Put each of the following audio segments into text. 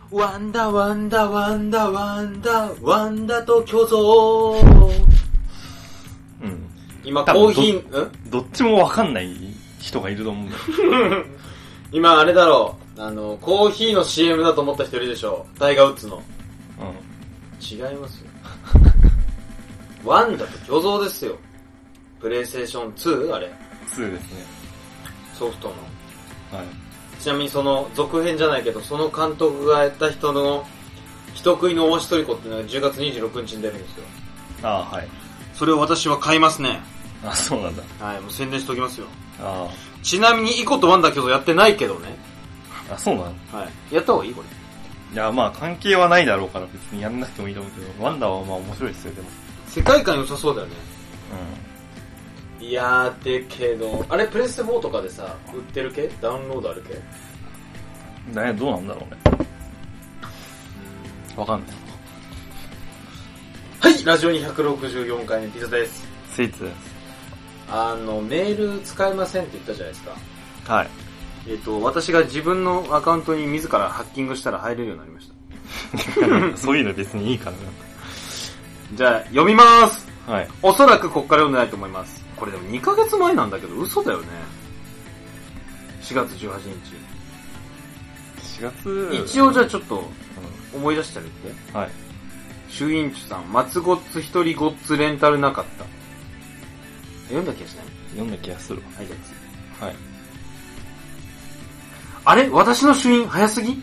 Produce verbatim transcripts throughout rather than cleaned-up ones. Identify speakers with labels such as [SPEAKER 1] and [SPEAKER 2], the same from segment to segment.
[SPEAKER 1] ワンダワンダワンダワンダワンダと巨像。
[SPEAKER 2] うん。
[SPEAKER 1] 今コーヒー、
[SPEAKER 2] んどっちもわかんない人がいると思うんだよ。
[SPEAKER 1] 今あれだろう。あの、コーヒーの シーエム だと思った人いるでしょ。タイガーウッズの。うん。違いますよ。ワンダと巨像ですよ。プレイステーションツー？あれ。
[SPEAKER 2] ツーですね。
[SPEAKER 1] ソフトの。
[SPEAKER 2] はい。
[SPEAKER 1] ちなみにその続編じゃないけど、その監督がやった人の人食いのおわしとりこっていうのがじゅうがつにじゅうろくにちに出るんですよ。
[SPEAKER 2] ああ、はい。
[SPEAKER 1] それを私は買いますね。
[SPEAKER 2] あ、そうなんだ。
[SPEAKER 1] はい、もう宣伝しておきますよ。
[SPEAKER 2] ああ。
[SPEAKER 1] ちなみにイコとワンダ巨像やってないけどね。
[SPEAKER 2] あ、そうなの？
[SPEAKER 1] はい。やった方がいいこれ。
[SPEAKER 2] いや、まあ関係はないだろうから別にやんなくてもいいと思うけど、ワンダはまあ面白いですよ、でも。
[SPEAKER 1] 世界観良さそうだよね。
[SPEAKER 2] うん。
[SPEAKER 1] いやー、でけど、あれプレステフォーとかでさ、売ってる系？ダウンロードある系？
[SPEAKER 2] ね、どうなんだろうね。わかんない。
[SPEAKER 1] はい、ラジオにひゃくろくじゅうよんかいめピザです。
[SPEAKER 2] スイーツです。
[SPEAKER 1] あの、メール使えませんって言ったじゃないですか。
[SPEAKER 2] はい。
[SPEAKER 1] えっと、私が自分のアカウントに自らハッキングしたら入れるようになりました。
[SPEAKER 2] そういうの別にいいからな。
[SPEAKER 1] じゃあ、読みます。
[SPEAKER 2] はい。
[SPEAKER 1] おそらくこっから読んでないと思います。これでもにかげつまえなんだけど、嘘だよね。しがつじゅうはちにち。
[SPEAKER 2] しがつ
[SPEAKER 1] 一応じゃあちょっと、思い出してあげて。
[SPEAKER 2] はい。
[SPEAKER 1] シュインチュさん、松ごっつ一人ごっつレンタルなかった。読んだ気がしない？
[SPEAKER 2] 読んだ気がする。
[SPEAKER 1] はい、じゃあ次。
[SPEAKER 2] はい。
[SPEAKER 1] あれ私の朱印早すぎ？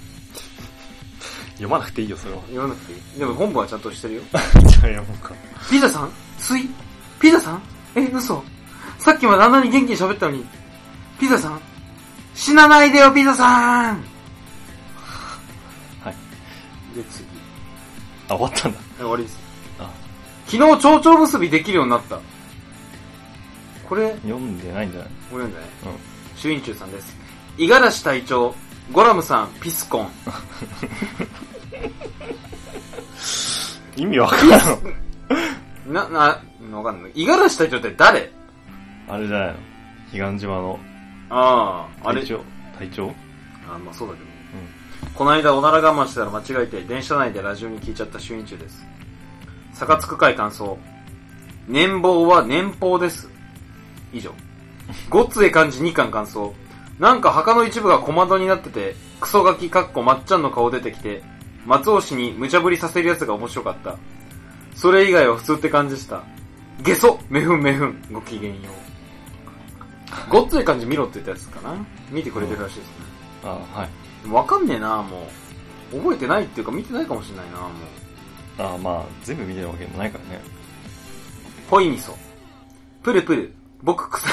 [SPEAKER 2] 読まなくていいよ、それは。
[SPEAKER 1] 読まなくていい。でも本文はちゃんとしてるよ。
[SPEAKER 2] じゃあ読もうか。
[SPEAKER 1] ピザさん？つい？ピザさん？え、嘘。さっきまであんなに元気に喋ったのに。ピザさん？死なないでよ、ピザさん！
[SPEAKER 2] はい。
[SPEAKER 1] で、次。
[SPEAKER 2] あ、終わったんだ。
[SPEAKER 1] 終わりです。
[SPEAKER 2] あ、
[SPEAKER 1] 昨日蝶々結びできるようになった。これ、
[SPEAKER 2] 読んでないんじゃない？
[SPEAKER 1] これ読んでない？
[SPEAKER 2] うん。
[SPEAKER 1] 朱印中さんです。五十嵐隊長、ゴラムさん、ピスコン。
[SPEAKER 2] 意味わから
[SPEAKER 1] ん。な、な、わかんない。五十嵐隊長って誰？
[SPEAKER 2] あれじゃないの？彼岸島の。
[SPEAKER 1] ああ、あれ。
[SPEAKER 2] 隊長隊長
[SPEAKER 1] あ、まあそうだけど。
[SPEAKER 2] うん。
[SPEAKER 1] この間おなら我慢してたら間違えて電車内でラジオに聞いちゃった朱印中です。サカツク会感想。年俸は年俸です。以上。ごっつえ漢字にかん感想。なんか墓の一部が小窓になってて、クソガキかっこまっちゃんの顔出てきて、松尾氏に無茶ぶりさせるやつが面白かった。それ以外は普通って感じでした。ゲソめふんめふん。ごきげんよう。ごっつえ漢字見ろって言ったやつかな。見てくれてるらしいですね。
[SPEAKER 2] ああ、はい。
[SPEAKER 1] わかんねえな、もう。覚えてないっていうか見てないかもしれないな、もう。
[SPEAKER 2] ああ、まあ、全部見てるわけでもないからね。
[SPEAKER 1] ホイミソ。プルプル。僕臭い。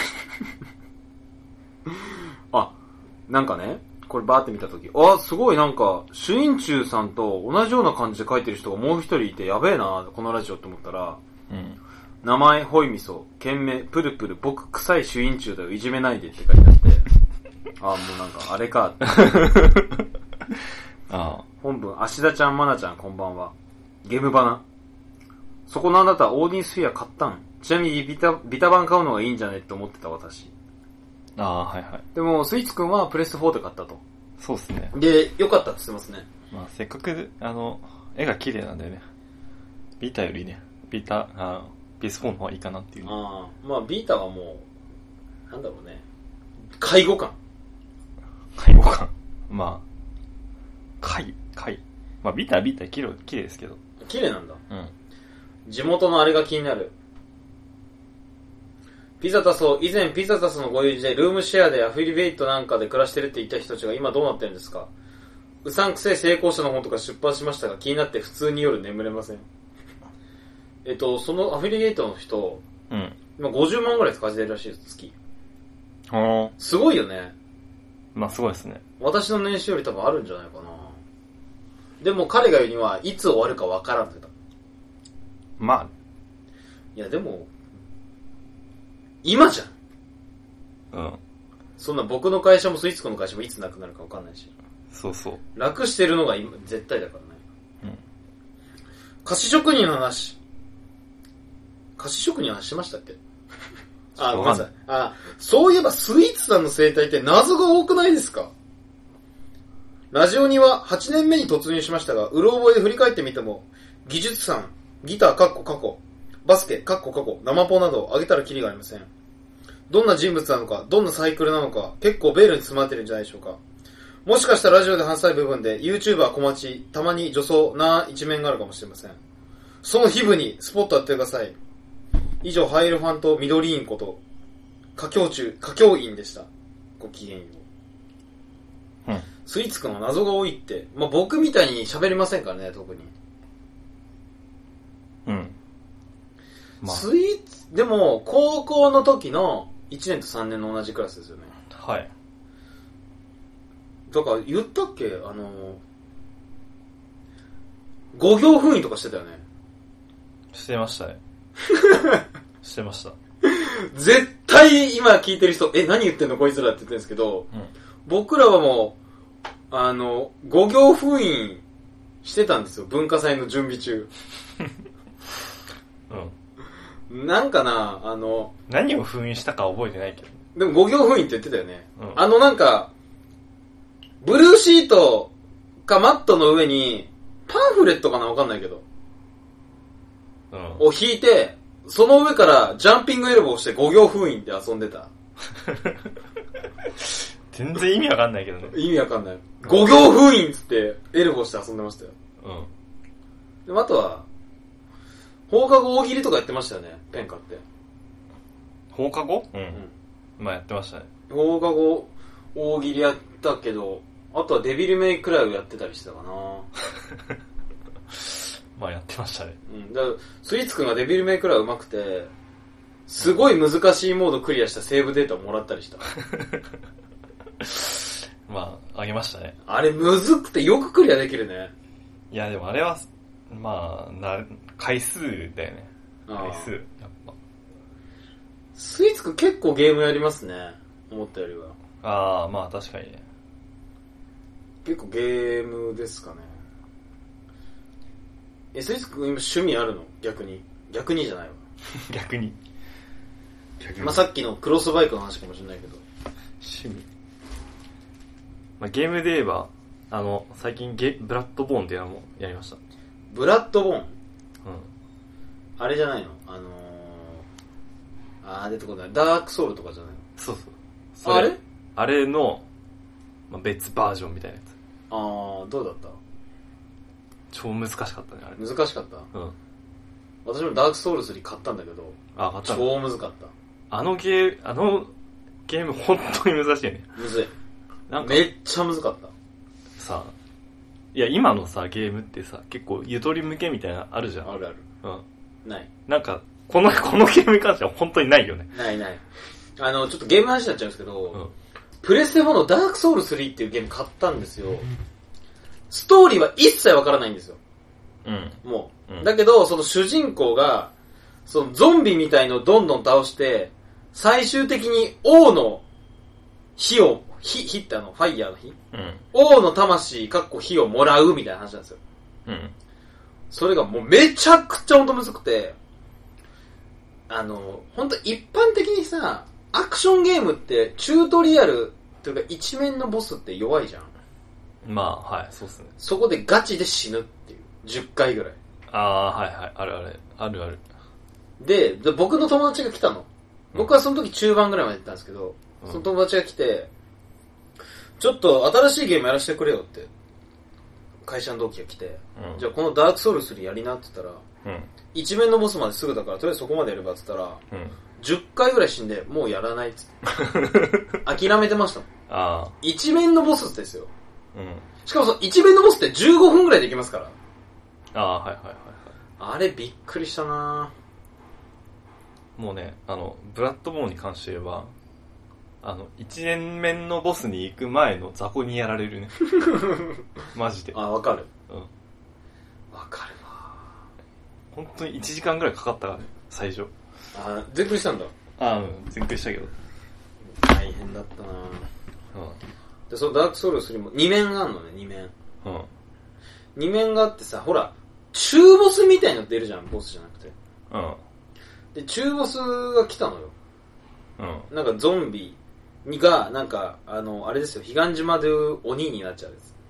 [SPEAKER 1] あ、なんかね、これバーって見たとき、あ、すごいなんか、朱印中さんと同じような感じで書いてる人がもう一人いて、やべえな、このラジオって思ったら、
[SPEAKER 2] うん。
[SPEAKER 1] 名前、ホイミソ、件名、プルプル、僕臭い朱印中だよ、いじめないでって書いてあって、あ、もうなんか、あれかって。
[SPEAKER 2] ああ。
[SPEAKER 1] 本文、芦田ちゃん、まなちゃん、こんばんは。ゲームバナ。そこのあなた、オーディンスフィア買ったん？ちなみにビタ、ビタ版買うのがいいんじゃねって思ってた私。
[SPEAKER 2] ああ、はいはい。
[SPEAKER 1] でも、スイーツくんはプレステフォーで買ったと。
[SPEAKER 2] そうっすね。
[SPEAKER 1] で、良かったって言ってますね。
[SPEAKER 2] まあ、せっかく、あの、絵が綺麗なんだよね。ビータよりね、ビータ、あ ピーエスフォー の方がいいかなっていう。
[SPEAKER 1] ああ、まあ、ビータはもう、なんだろうね。介護感。
[SPEAKER 2] 介護感。まあ、介、介。まあ、ビータはビータ綺麗、綺麗ですけど。
[SPEAKER 1] 綺麗なんだ。
[SPEAKER 2] うん。
[SPEAKER 1] 地元のあれが気になる。ピザタソ、以前ピザタソのご友人でルームシェアでアフィリベイトなんかで暮らしてるって言った人たちが今どうなってるんですか？うさんくせえ成功者の本とか出版しましたが気になって普通に夜眠れません。えっと、そのアフィリベイトの人、
[SPEAKER 2] うん。
[SPEAKER 1] 今ごじゅうまんぐらい稼いでるらしいです、月。
[SPEAKER 2] はあ。
[SPEAKER 1] すごいよね。ま
[SPEAKER 2] あ、すごいですね。
[SPEAKER 1] 私の年収より多分あるんじゃないかな。でも彼が言うには、いつ終わるかわからんって言った。
[SPEAKER 2] まあ。
[SPEAKER 1] いや、でも、今じゃん。
[SPEAKER 2] うん。
[SPEAKER 1] そんな僕の会社もスイーツコの会社もいつなくなるかわかんないし。
[SPEAKER 2] そうそう。
[SPEAKER 1] 楽してるのが今絶対だからね。
[SPEAKER 2] うん。
[SPEAKER 1] 菓子職人の話。菓子職人の話しましたっけ？あ、ごめんなさい。あ、そういえばスイーツさんの生態って謎が多くないですか？ ラジオにははちねんめに突入しましたが、うろ覚えで振り返ってみても、技術さん、ギターかっこ過去、バスケかっこ過去、生ポなどを挙げたらキリがありません。どんな人物なのか、どんなサイクルなのか、結構ベールに詰まってるんじゃないでしょうか。もしかしたらラジオで話したい部分で YouTuber 小町、たまに女装な一面があるかもしれません。その皮膚にスポット当ててください。以上、ハイルファンと緑インこと、歌教中、歌教員でした。ごきげんよう。うん。スイーツくんは謎が多いって、まあ、僕みたいに喋りませんからね、特に。
[SPEAKER 2] うん。
[SPEAKER 1] まあ、スイーツ、でも、高校の時のいちねんとさんねんの同じクラスですよね。
[SPEAKER 2] はい。
[SPEAKER 1] だから言ったっけあの、五行封印とかしてたよね。
[SPEAKER 2] してましたね。してました。
[SPEAKER 1] 絶対今聞いてる人、え、何言ってんのこいつらって言ってるんですけど、うん、僕らはもう、あの、五行封印してたんですよ。文化祭の準備中。うん。なんかな、あの、
[SPEAKER 2] 何を封印したか覚えてないけど。
[SPEAKER 1] でも五行封印って言ってたよね。うん、あのなんか、ブルーシートかマットの上に、パンフレットかなわかんないけど。うん。を引いて、その上からジャンピングエルボーして五行封印って遊んでた。
[SPEAKER 2] 全然意味わかんないけどね。
[SPEAKER 1] 意味わかんない。五行封印っつってエルボーして遊んでましたよ。うん。でもあとは、放課後大喜利とかやってましたよね、ペン買って。
[SPEAKER 2] 放課後うん。うん、まあやってましたね。
[SPEAKER 1] 放課後大喜利やったけど、あとはデビルメイクライブやってたりしてたかな。
[SPEAKER 2] まあやってましたね。
[SPEAKER 1] うん。だからスイーツくんがデビルメイクライブ上手くて、すごい難しいモードクリアしたセーブデータをもらったりした。
[SPEAKER 2] まあ、あげましたね。
[SPEAKER 1] あれむずくてよくクリアできるね。
[SPEAKER 2] いやでもあれは、まあ、な、回数だよね。回数。やっぱ。
[SPEAKER 1] スイーツくん結構ゲームやりますね。思ったよりは。
[SPEAKER 2] ああ、まあ確かにね。
[SPEAKER 1] 結構ゲームですかね。え、スイーツくん今趣味あるの逆に。逆にじゃないわ。
[SPEAKER 2] 逆に。
[SPEAKER 1] 逆に。まあ、さっきのクロスバイクの話かもしれないけど。
[SPEAKER 2] 趣味。まあ、ゲームで言えば、あの、最近ゲ、ブラッドボーンっていうのもやりました。
[SPEAKER 1] ブラッドボーン？うん。
[SPEAKER 2] あ
[SPEAKER 1] れじゃないのあのー、あー出てこない。ダークソウルとかじゃないの？
[SPEAKER 2] そうそう。
[SPEAKER 1] あれ
[SPEAKER 2] あれの、まあ、別バージョンみたいなやつ。
[SPEAKER 1] あー、どうだった？
[SPEAKER 2] 超難しかったね、あれ。
[SPEAKER 1] 難しかった？うん。私もダークソウルスリー買ったんだけど、
[SPEAKER 2] あ、買った
[SPEAKER 1] 超難かった。
[SPEAKER 2] あのゲー、あのゲーム本当に難しいね。
[SPEAKER 1] むずい。なんかめっちゃ難かった。
[SPEAKER 2] さあ、いや今のさ、ゲームってさ、結構ゆとり向けみたいなあるじゃん。
[SPEAKER 1] あるある。うん。ない。
[SPEAKER 2] なんか、この、このゲームに関しては本当にないよね。
[SPEAKER 1] ないない。あの、ちょっとゲームの話になっちゃうんですけど、うん、プレステフォーのダークソウルスリーっていうゲーム買ったんですよ。ストーリーは一切わからないんですよ。うん。もう。うん、だけど、その主人公が、そのゾンビみたいのをどんどん倒して、最終的に王の火を、火、火ってあの、ファイヤーの火、うん、王の魂、かっこ火をもらうみたいな話なんですよ。うん。それがもうめちゃくちゃほんとむずくて、あの、ほんと一般的にさ、アクションゲームってチュートリアルというか一面のボスって弱いじゃん。
[SPEAKER 2] まあ、はい、そうっすね。
[SPEAKER 1] そこでガチで死ぬっていう。じゅっかいぐらい。
[SPEAKER 2] ああ、はいはい、あるある。あるある。
[SPEAKER 1] で、で僕の友達が来たの。僕はその時中盤ぐらいまで行ったんですけど、うん、その友達が来て、ちょっと新しいゲームやらせてくれよって、会社の同期が来て、うん、じゃあこのダークソウルスリーやりなって言ったら、うん、一面のボスまですぐだから、とりあえずそこまでやればって言ったら、うん、じゅっかいぐらい死んで、もうやらないって言って。諦めてましたもん。あ一面のボスですよ。うん、しかもその一面のボスってじゅうごふんぐらいできますから。
[SPEAKER 2] ああ、はいはいはいはい。
[SPEAKER 1] あれびっくりしたな
[SPEAKER 2] もうね、あの、ブラッドボーンに関して言えば、あの、一年面のボスに行く前の雑魚にやられるね。マジで。
[SPEAKER 1] あ、わかる。うん。わかるわ
[SPEAKER 2] 本当にいちじかんぐらいかかったからね、最初。
[SPEAKER 1] あ、全クリしたんだ。
[SPEAKER 2] あ、うん、全クリしたけど。
[SPEAKER 1] 大変だったなうん。で、そのダークソウルスリーもに面があるのね、に面。うん。に面があってさ、ほら、中ボスみたいの出るじゃん、ボスじゃなくて。うん。で、中ボスが来たのよ。うん。なんかゾンビが、なんか、あの、あれですよ、彼岸島で鬼になっちゃうやつ。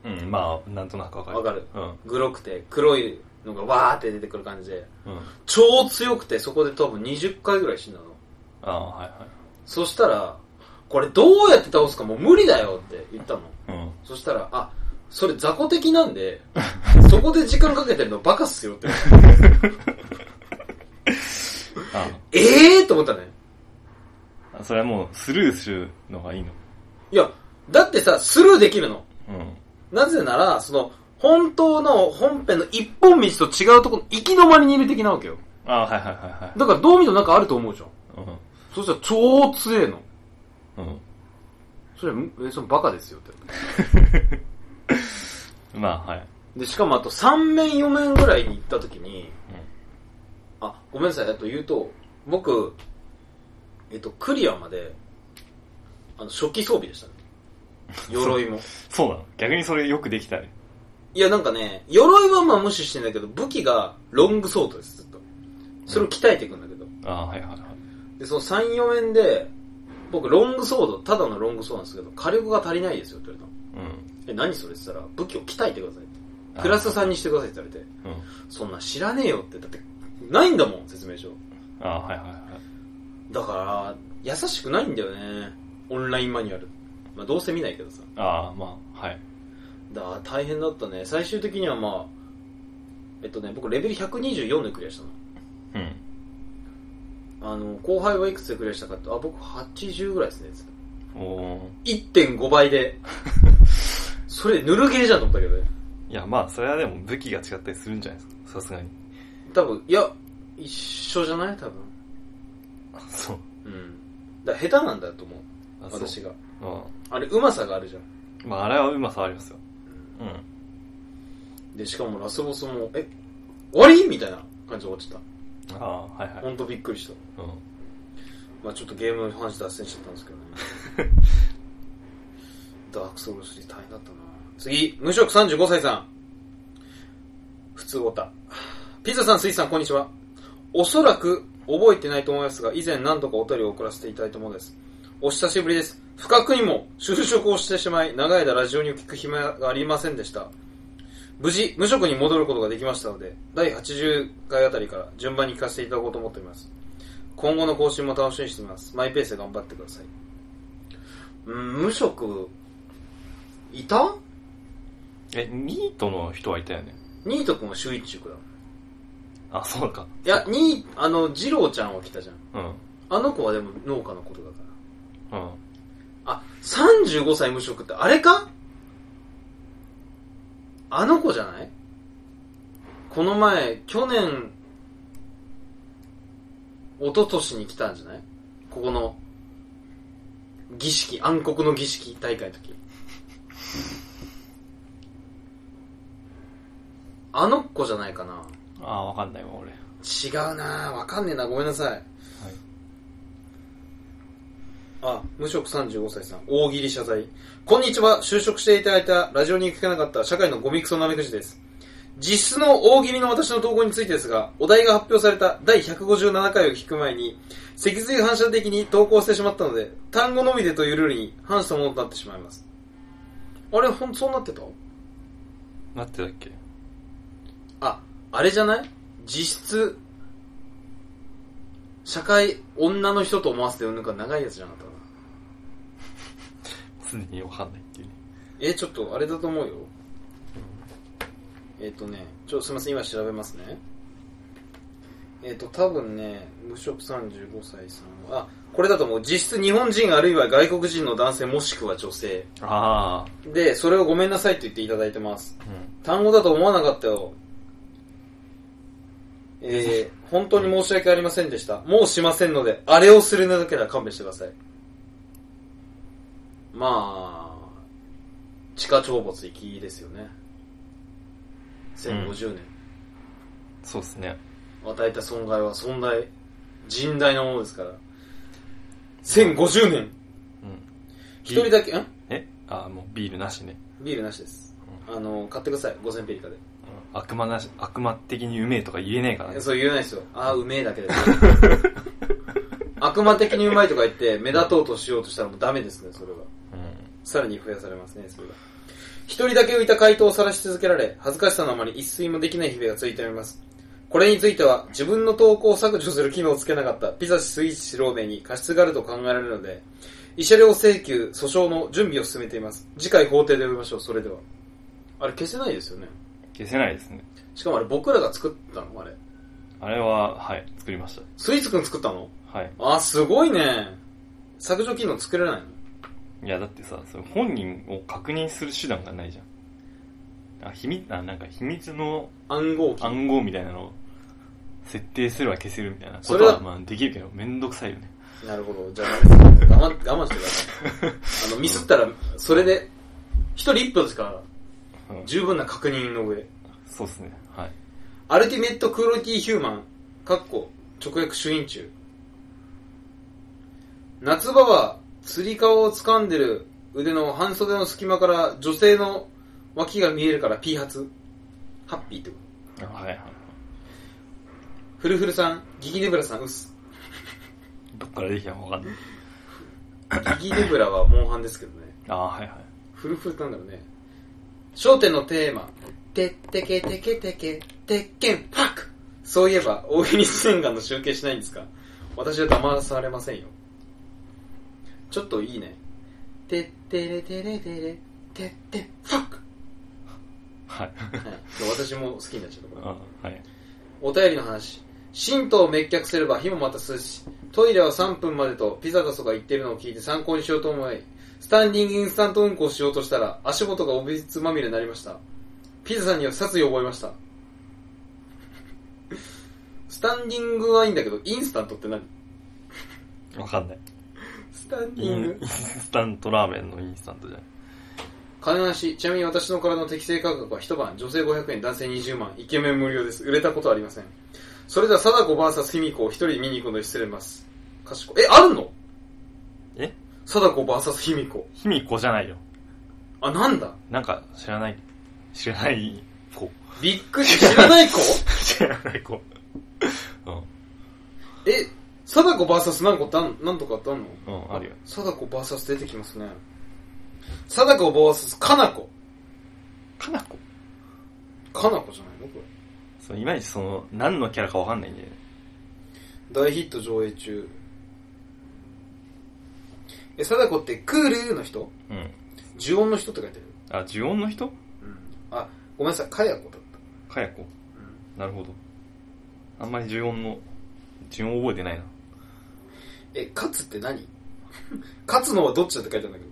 [SPEAKER 2] うん、まあ、なんとなくわかる。
[SPEAKER 1] わかる、
[SPEAKER 2] うん。
[SPEAKER 1] グロくて、黒いのがわーって出てくる感じで、
[SPEAKER 2] うん。
[SPEAKER 1] 超強くて、そこで多分にじゅっかいぐらい死んだの。
[SPEAKER 2] ああ、はいはい。
[SPEAKER 1] そしたら、これどうやって倒すかもう無理だよって言ったの。
[SPEAKER 2] うん。そ
[SPEAKER 1] したら、あ、それ雑魚的なんで、そこで時間かけてるのバカっすよって。
[SPEAKER 2] ああ
[SPEAKER 1] ええーと思ったね。
[SPEAKER 2] それはもうスルーするのがいいの？
[SPEAKER 1] いや、だってさ、スルーできるの。
[SPEAKER 2] うん。
[SPEAKER 1] なぜなら、その、本当の本編の一本道と違うところ、行き止まりにいる的なわけよ。
[SPEAKER 2] ああ、はいはいはいはい。
[SPEAKER 1] だからどう見てもなんかあると思うじゃん。
[SPEAKER 2] うん。
[SPEAKER 1] そしたら超強えの。
[SPEAKER 2] うん。
[SPEAKER 1] それ、え、そのバカですよって。
[SPEAKER 2] まあ、はい。
[SPEAKER 1] で、しかもあとさん面よ面ぐらいに行った時に、うん、あ、ごめんなさい、あと言うと、僕、えっと、クリアまで、あの、初期装備でしたね。鎧も。
[SPEAKER 2] そうなの？逆にそれよくできたね。
[SPEAKER 1] いや、なんかね、鎧はまあ無視してんだけど、武器がロングソードです、ずっと。それを鍛えていくんだけど。
[SPEAKER 2] うん、ああ、はいはいはい。
[SPEAKER 1] で、そのさん、よ面で、僕、ロングソード、ただのロングソードなんですけど、火力が足りないですよって言われたの。うん。え、何それって言ったら、武器を鍛えてくださいって。クラスさんにしてくださいって言われて。うん。そんな知らねえよって、だって、ないんだもん、説明書。
[SPEAKER 2] ああ、はいはいはい。
[SPEAKER 1] だから、優しくないんだよね。オンラインマニュアル。まあ、どうせ見ないけどさ。
[SPEAKER 2] ああ、まあ、はい。
[SPEAKER 1] だから大変だったね。最終的にはまあ、えっとね、僕レベルひゃくにじゅうよんでクリアしたの。うん。あの、後輩はいくつでクリアしたかって、あ、僕はちじゅうぐらいですね。おー。いってんごばいで。それ、ぬるゲーじゃんと思ったけどね。
[SPEAKER 2] いや、まあ、それはでも武器が違ったりするんじゃないですか。さすがに。
[SPEAKER 1] 多分、いや、一緒じゃない多分。
[SPEAKER 2] あ、そう。
[SPEAKER 1] うん。だから下手なんだと思う。私が。あれ、うまさがあるじゃん。
[SPEAKER 2] まあ、あれはうまさありますよ。うん。うん、
[SPEAKER 1] で、しかもラスボスも、え、終わりみたいな感じで終わっちゃった。
[SPEAKER 2] ああ、はいはい。
[SPEAKER 1] ほんとびっくりした。うん。まあちょっとゲームの話脱線しちゃったんですけどね。ダークソウルスリー大変だったな。次、無職さんじゅうごさいさん。普通オタ。ピザさん、スイさん、こんにちは。おそらく覚えてないと思いますが、以前何度かお便りを送らせていただいたものです。お久しぶりです。不覚にも就職をしてしまい、長い間ラジオに聞く暇がありませんでした。無事、無職に戻ることができましたので、だいはちじゅっかいあたりから順番に聞かせていただこうと思っております。今後の更新も楽しみにしています。マイペースで頑張ってください。うん、無職、いた？
[SPEAKER 2] え、ニートの人はいたよね。
[SPEAKER 1] ニート君は週一塾だ。
[SPEAKER 2] あ、そうか。
[SPEAKER 1] いや、ニー、あの、ジローちゃんは来たじゃん。うん。あの子はでも農家のことだから。うん。あ、さんじゅうごさい無職ってあれか？あの子じゃない？この前、去年、一昨年に来たんじゃない？ここの、儀式、暗黒の儀式大会の時。あの子じゃないかな。
[SPEAKER 2] ああ、わかんないわ、俺。
[SPEAKER 1] 違うなぁ。わかんねえな。ごめんなさい。はい。あ、無職さんじゅうごさいさん。大喜利謝罪。こんにちは。就職していただいたラジオに聞けなかった社会のゴミクソなめくじです。実質の大喜利の私の投稿についてですが、お題が発表されただいひゃくごじゅうななかいを聞く前に、脊髄反射的に投稿してしまったので、単語のみでというルールに反したものとなってしまいます。あれ、ほんとそうなってた？
[SPEAKER 2] なってたっけ？
[SPEAKER 1] あ、あれじゃない？実質、社会、女の人と思わせてうんぬか長いやつじゃなかったか
[SPEAKER 2] な。常にわかんないっていうね。
[SPEAKER 1] え、ちょっとあれだと思うよ。えっ、ー、とね、ちょっとすみません、今調べますね。えっ、ー、と、多分ね、無職さんじゅうごさいさんは、あ、これだと思う。実質日本人あるいは外国人の男性もしくは女性。ああ。で、それをごめんなさいと言っていただいてます。うん、単語だと思わなかったよ。えー、本当に申し訳ありませんでした。もうしませんので、あれをするのだけは勘弁してください。まあ、地下懲罰行きですよね。せんごじゅうねん、うん、
[SPEAKER 2] そうですね。
[SPEAKER 1] 与えた損害は損大甚大なものですから。せんごじゅうねん、うん、一人だけん
[SPEAKER 2] えあもうビールなしね。
[SPEAKER 1] ビールなしです、うん、あの買ってください。ごせんペリカで、
[SPEAKER 2] うん、悪魔なし、悪魔的にうめえとか言えねえからね。
[SPEAKER 1] そう言えないですよ。ああうめえだけです悪魔的にうまいとか言って目立とうとしようとしたらもうダメですね。それは、うん、さらに増やされますね。それが一人だけ浮いた回答を晒し続けられ、恥ずかしさのあまり一睡もできない日々が続いております。これについては、自分の投稿を削除する機能をつけなかったピザ氏スイーチローメンに過失があると考えられるので、慰謝料請求、訴訟の準備を進めています。次回法廷で呼びましょう。それでは。あれ消せないですよね。
[SPEAKER 2] 消せないですね。
[SPEAKER 1] しかもあれ僕らが作ったのあれ。
[SPEAKER 2] あれは、はい、作りました。
[SPEAKER 1] スイーツくん作ったの？
[SPEAKER 2] はい。
[SPEAKER 1] あ、すごいね。削除機能作れないの？
[SPEAKER 2] いや、だってさ、それ本人を確認する手段がないじゃん。あ、秘密、あ、なんか秘密の
[SPEAKER 1] 暗号機。
[SPEAKER 2] 暗号みたいなのを設定すれば消せるみたいなことは、まあできるけど、めんどくさいよね。
[SPEAKER 1] なるほど。じゃあダメです。我慢、我慢してください。あの、ミスったら、それで、一人一分ですから、うん、十分な確認の上。
[SPEAKER 2] そうですね。はい。
[SPEAKER 1] アルティメットクオリティヒューマン、かっこ、直訳主演中。夏場は、釣り革を掴んでる腕の半袖の隙間から女性の脇が見えるから P 発。ハッピーってこと。
[SPEAKER 2] はいはい。
[SPEAKER 1] フルフルさん、ギギネブラさん、うっす。
[SPEAKER 2] どっからできたかわかんない。
[SPEAKER 1] ギギネブラはモンハンですけどね。
[SPEAKER 2] ああ、はいはい。
[SPEAKER 1] フルフルってなんだろうね。焦点のテーマ。てってけてけてけ、てっけん、ファック。そういえば、大喜利洗顔の集計しないんですか？私は騙されませんよ。ちょっといいね。てってれてれてれ、てってファック。
[SPEAKER 2] はい。はい、
[SPEAKER 1] 私も好きになっちゃったこ
[SPEAKER 2] れ。はい。
[SPEAKER 1] お便りの話。神道を滅却すれば火もまた涼し、トイレはさんぷんまでとピザだとか言ってるのを聞いて参考にしようと思い、スタンディングインスタント運行しようとしたら足元がおびつまみれになりました。ピザさんには殺意を覚えました。スタンディングはいいんだけど、インスタントって何？
[SPEAKER 2] わかんない。
[SPEAKER 1] スタンディング
[SPEAKER 2] インスタントラーメンのインスタントじゃない。
[SPEAKER 1] 金なし。ちなみに私の体の適正価格は一晩女性ごひゃくえん、男性にじゅうまん、イケメン無料です。売れたことはありません。それでは貞子 ブイエス 卑弥呼を一人見に行くので失礼します。かしこ。え、あるの？
[SPEAKER 2] え？
[SPEAKER 1] 貞子 ブイエス 卑弥呼。
[SPEAKER 2] 卑弥呼じゃないよ。
[SPEAKER 1] あ、なんだ？
[SPEAKER 2] なんか知らない、知らない子。
[SPEAKER 1] びっくり、知らない子？
[SPEAKER 2] 知らない子。うん。
[SPEAKER 1] え、貞子 ブイエス 何個ってあん、何とかってあんの？
[SPEAKER 2] うん、あるよ。
[SPEAKER 1] 貞子 ブイエス 出てきますね。貞子 ブイエス かなこ。
[SPEAKER 2] かなこ？
[SPEAKER 1] かなこじゃないのこれ。
[SPEAKER 2] そう、いまいちその、何のキャラかわかんないんだよね。
[SPEAKER 1] 大ヒット上映中。え、貞子ってクールの人？
[SPEAKER 2] うん。
[SPEAKER 1] 呪音の人って書いてる。
[SPEAKER 2] あ、呪音の人？うん。
[SPEAKER 1] あ、ごめんなさい、かやこだった。
[SPEAKER 2] かやこ。うん。なるほど。あんまり呪音の、呪音覚えてないな。
[SPEAKER 1] え、勝つって何？勝つのはどっちだって書いてあるんだけど。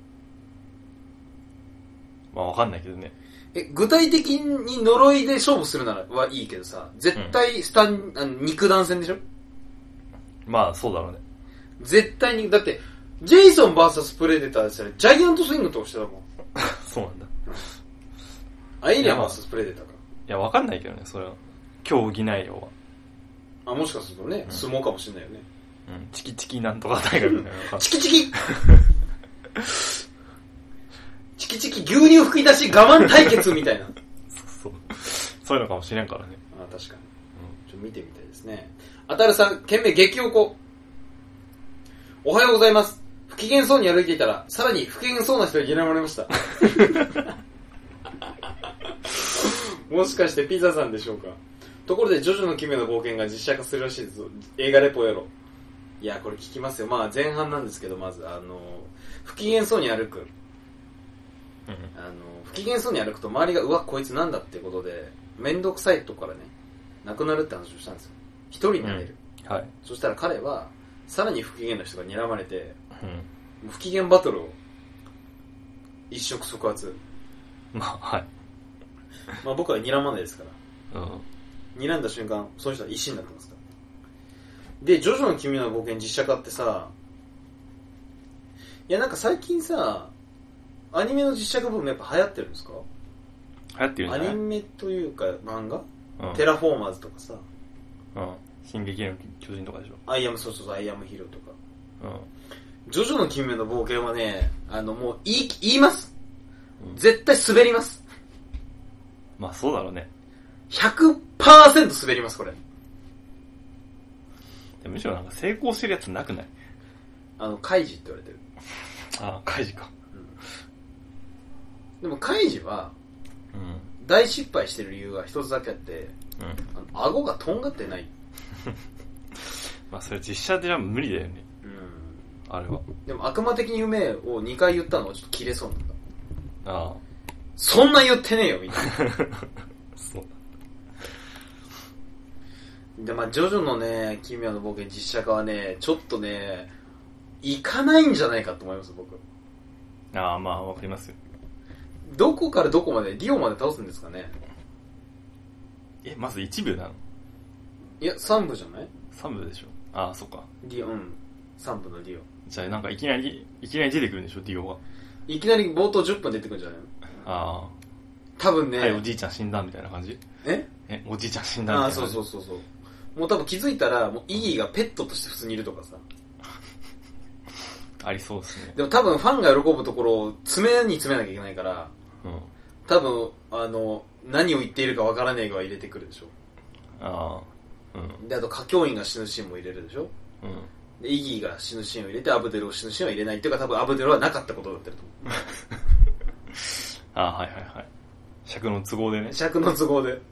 [SPEAKER 2] まあわかんないけどね。
[SPEAKER 1] え、具体的に呪いで勝負するならはいいけどさ、絶対スタン、うん、あの肉弾戦でしょ？
[SPEAKER 2] まあそうだろうね。
[SPEAKER 1] 絶対に、だって、ジェイソン ブイエス プレデターですよね。ジャイアントスイングとかしてたもん。
[SPEAKER 2] そうなんだ。
[SPEAKER 1] アイリアン ブイエス プレデターか。
[SPEAKER 2] いや、わかんないけどね、それは。競技内容は。
[SPEAKER 1] あ、もしかするとね、うん、相撲かもしれないよね。
[SPEAKER 2] うん、チキチキなんとか大学みたいな。
[SPEAKER 1] チキチキチキチキ牛乳吹き出し我慢対決みたいな。
[SPEAKER 2] そうそう。そういうのかもしれんからね。
[SPEAKER 1] あ、確かに。うん、ちょっと見てみたいですね。あたるさん、懸命激おこ。おはようございます。不機嫌そうに歩いていたら、さらに不機嫌そうな人に睨まれました。もしかしてピザさんでしょうか。ところで、ジョジョの奇妙な冒険が実写化するらしいです。映画レポやろう。いや、これ聞きますよ。まあ、前半なんですけど、まず、あの、不機嫌そうに歩く。あの、不機嫌そうに歩くと周りが、うわ、こいつなんだってことで、めんどくさいとこからね、なくなるって話をしたんですよ。一人になれる。
[SPEAKER 2] うん、はい。
[SPEAKER 1] そしたら彼は、さらに不機嫌な人が睨まれて、
[SPEAKER 2] うん、
[SPEAKER 1] もう不機嫌バトルを、一触即発。
[SPEAKER 2] まあ、はい。
[SPEAKER 1] まあ僕は睨まないですか
[SPEAKER 2] ら。うん。
[SPEAKER 1] 睨んだ瞬間、その人は石になってますから。で、ジョジョの奇妙な冒険実写化ってさ、いやなんか最近さ、アニメの実写化部分やっぱ流行ってるんですか？
[SPEAKER 2] 流行ってるんじゃない？
[SPEAKER 1] アニメというか漫画、
[SPEAKER 2] うん、
[SPEAKER 1] テラフォーマーズとかさ、
[SPEAKER 2] うん、進撃の巨人とかでしょ。
[SPEAKER 1] アイアム、そうそうそう、アイアムヒーローとか。
[SPEAKER 2] うん。
[SPEAKER 1] ジョジョの奇妙な冒険はね、あのもう言い、言います。うん、絶対滑ります。
[SPEAKER 2] まあそうだろうね。
[SPEAKER 1] ひゃくパーセント 滑ります、これ。
[SPEAKER 2] むしろなんか成功してるやつなくない？
[SPEAKER 1] あの、カイジって言われてる。
[SPEAKER 2] ああ、カイジか。
[SPEAKER 1] でもカイジは、
[SPEAKER 2] うん。
[SPEAKER 1] 大失敗してる理由が一つだけあって、
[SPEAKER 2] うん。
[SPEAKER 1] あの顎がとんがってない。
[SPEAKER 2] まあそれ実写では無理だよね。
[SPEAKER 1] うん。
[SPEAKER 2] あれは。
[SPEAKER 1] でも悪魔的に夢をにかい言ったのはちょっと切れそうなんだ。
[SPEAKER 2] ああ。
[SPEAKER 1] そんな言ってねえよ、みたいな。
[SPEAKER 2] そう
[SPEAKER 1] で、まあ、ジョジョのね、奇妙な冒険実写化はね、ちょっとね、いかないんじゃないかと思います、僕。
[SPEAKER 2] ああ、まあ、わかりますよ。
[SPEAKER 1] どこからどこまで、リオまで倒すんですかね。
[SPEAKER 2] え、まず一部なの？
[SPEAKER 1] いや、三部じゃない？
[SPEAKER 2] 三部でしょ。ああ、そっか。
[SPEAKER 1] リオ、うん。三部のリオ。
[SPEAKER 2] じゃあなんかいきなり、いきなり出てくるんでしょ、ディオが。
[SPEAKER 1] いきなり冒頭じゅっぷん出てくるんじゃないの？
[SPEAKER 2] ああ。
[SPEAKER 1] 多分ね。
[SPEAKER 2] はい、おじいちゃん死んだみたいな感じ？
[SPEAKER 1] え？
[SPEAKER 2] え、おじいちゃん死んだみたいな感じ？
[SPEAKER 1] ああ、そうそうそうそう。もう多分気づいたら、もうイギーがペットとして普通にいるとかさ。
[SPEAKER 2] ありそうですね。
[SPEAKER 1] でも多分ファンが喜ぶところを爪に詰めなきゃいけないから、
[SPEAKER 2] うん。
[SPEAKER 1] 多分、あの、何を言っているかわからねえが入れてくるでしょ。
[SPEAKER 2] ああ。うん。
[SPEAKER 1] で、あと歌教員が死ぬシーンも入れるでしょ。
[SPEAKER 2] うん。
[SPEAKER 1] で、イギーが死ぬシーンを入れて、アブデルを死ぬシーンは入れないっていうか、多分アブデルはなかったことだってると思う。
[SPEAKER 2] ああ、はいはいはい。尺の都合でね。
[SPEAKER 1] 尺の都合で。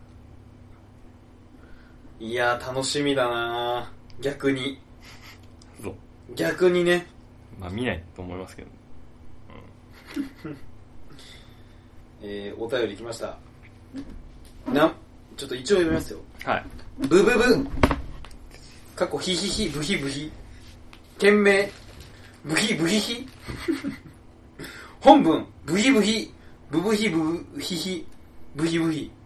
[SPEAKER 1] いやー、楽しみだなー。逆に。
[SPEAKER 2] そう。
[SPEAKER 1] 逆にね。
[SPEAKER 2] まあ見ないと思いますけど。
[SPEAKER 1] うん。えー、お便り来ました。な、ちょっと一応読みますよ。
[SPEAKER 2] はい。
[SPEAKER 1] ブブブ。過去ヒヒヒ、ブヒブヒ。件名、ブヒブヒヒ。本文、ブヒブヒ、ブブヒブヒヒ、ブヒブヒ。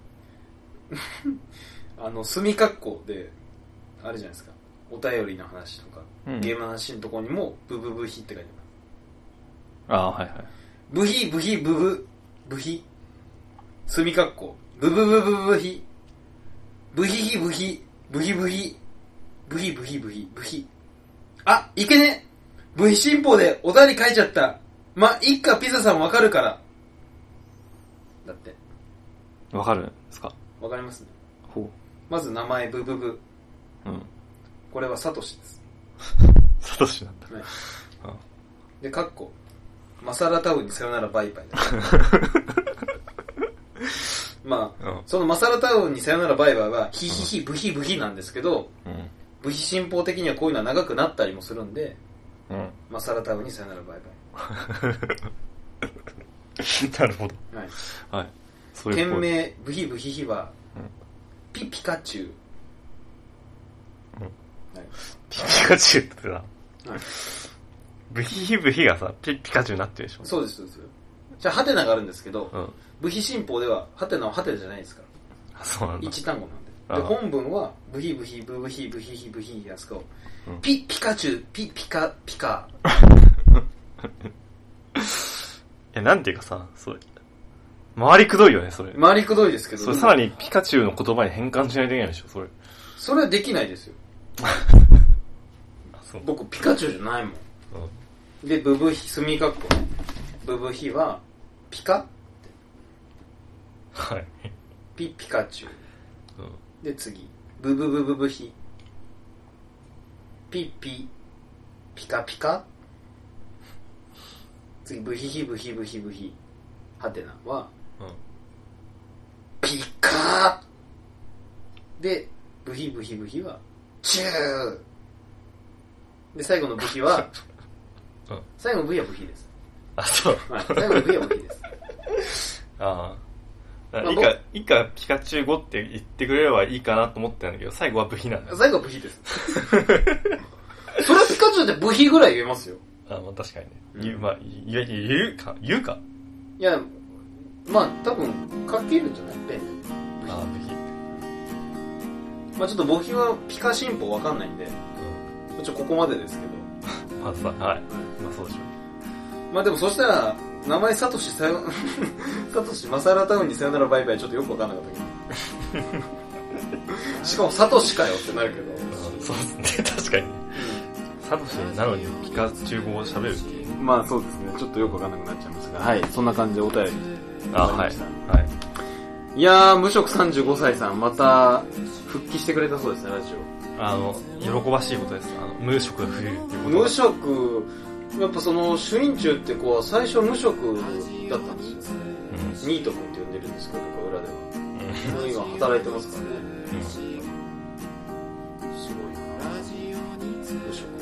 [SPEAKER 1] あの、墨括弧で、あれじゃないですか。お便りの話とか、うん、ゲームの話のところにも、ブブブヒって書いて
[SPEAKER 2] ます。ああ、はいはい。
[SPEAKER 1] ブヒブヒブブ、ブヒ。墨括弧、ブブブブブヒ。ブヒヒブヒ、ブヒブヒ。ブヒブヒブヒ、ブヒ。あ、いけね。ブヒ新報でお便り書いちゃった。ま、いっかピザさんわかるから。だって。
[SPEAKER 2] わかるんですか？
[SPEAKER 1] わかりますね。
[SPEAKER 2] ほう。
[SPEAKER 1] まず名前、ブブブ。
[SPEAKER 2] うん。
[SPEAKER 1] これはサトシです。
[SPEAKER 2] サトシなんだ。
[SPEAKER 1] はい。うん、で、カッコ。マサラタウンにさよならバイバイ。まあ、うん、そのマサラタウンにさよならバイバイは、ヒヒヒ、ブヒブヒなんですけど、うん、ブヒ新報的にはこういうのは長くなったりもするんで、うん、マサラタウンにさよならバイバイ。
[SPEAKER 2] なるほど。
[SPEAKER 1] はい。
[SPEAKER 2] はい。
[SPEAKER 1] そういう件名、ブヒブヒヒは、うん、ピピカチュウ。
[SPEAKER 2] うん。はい。ピピカチュウってさ、はい。ブヒヒブヒがさ、ピピカチュウになってるでしょ？
[SPEAKER 1] そうです、そうです。じゃあ、ハテナがあるんですけど、うん、ブヒ新報では、ハテナはハテナじゃないですから。
[SPEAKER 2] あ、そうなんだ。
[SPEAKER 1] 一単語なんで。で、本文は、ブヒブヒ、ブブヒ、ブヒヒ、ブヒヒやつと、うん、ピピカチュウ、ピピカ、ピカ。
[SPEAKER 2] え、なんていうかさ、それ、回りくどいよね、それ。
[SPEAKER 1] 回りくどいですけど。
[SPEAKER 2] それさらにピカチュウの言葉に変換しないといけないでしょ、それ。
[SPEAKER 1] それはできないですよ。僕、ピカチュウじゃないもん。うん、で、ブブヒ、墨括弧ね。ブブヒは、ピカ
[SPEAKER 2] はい。
[SPEAKER 1] ピ、ピカチュウ。うん、で、次。ブブブブブヒ。ピピ、ピカピカ。次、ブヒヒブヒブヒブヒ。ハテナは、うん、ピカーで、ブヒブヒブヒは、チューで、最後のブヒは、うん、最後のブヒはブヒです。
[SPEAKER 2] あ、そう。
[SPEAKER 1] はい、最後のブヒはブヒです。
[SPEAKER 2] ああ。いいか、いいかピカチュウ語って言ってくれればいいかなと思ってたんだけど、最後はブヒなんだ。
[SPEAKER 1] 最後はブヒです。それはピカチュウってブヒぐらい言えますよ。
[SPEAKER 2] あ、まあ確かにね。言う、まあ、言う、言うか言うか
[SPEAKER 1] いや、まあ多分、書けるんじゃないペンで。
[SPEAKER 2] ああ、ブヒ。
[SPEAKER 1] まあちょっとブヒはピカ新報わかんないんで、うん、ちょっとここまでですけど。
[SPEAKER 2] まあさ、はい。まあそうでしょ
[SPEAKER 1] う。まあでもそしたら、名前サトシさよ、サトシマサラタウンにさよならバイバイちょっとよくわかんなかったけど。しかもサトシかよってなるけど。
[SPEAKER 2] そうですね、確かに。サトシなのにピカチュウ語を喋るっていう。
[SPEAKER 1] まあそうですね、ちょっとよくわかんなくなっちゃいますが、はい、そんな感じでお便り。
[SPEAKER 2] あ、はい。はい。
[SPEAKER 1] いやー、無職さんじゅうごさいさん、また、復帰してくれたそうですね、ラジオ。
[SPEAKER 2] あの、喜ばしいことです。あの、無職が増えるっていうこと。
[SPEAKER 1] 無職、 やっぱその主任中って子は最初無職だったんですよね、うん、ニート君って呼んでるんですけど裏では、うん、今働いてますからね、うん、すごいな無職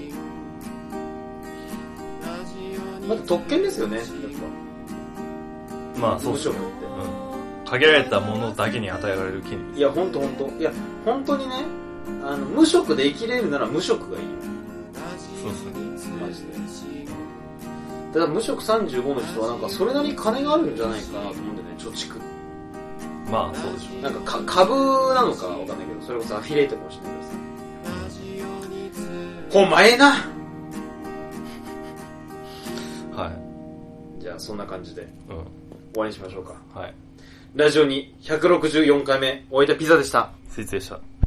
[SPEAKER 1] また特権ですよねやっぱ
[SPEAKER 2] まあそうですね、うん、限られたものだけに与えられる権利。
[SPEAKER 1] いやほんとほんといや本当にねあの無職で生きれるなら無職がいいよ。
[SPEAKER 2] そうですね
[SPEAKER 1] マジで。ただ無職さんじゅうごの人はなんかそれなりに金があるんじゃないかなと思うんでね貯蓄。
[SPEAKER 2] まあそうでしょう。
[SPEAKER 1] なんかか株なのかわかんないけどそれこそアフィリエイトかもしれないけどさ。ほんまええな。
[SPEAKER 2] はい。
[SPEAKER 1] じゃあそんな感じで、うん、終わりにしましょうか。
[SPEAKER 2] はい。
[SPEAKER 1] ラジオにひゃくろくじゅうよんかいめお相手ピザでした。
[SPEAKER 2] スイーツでした。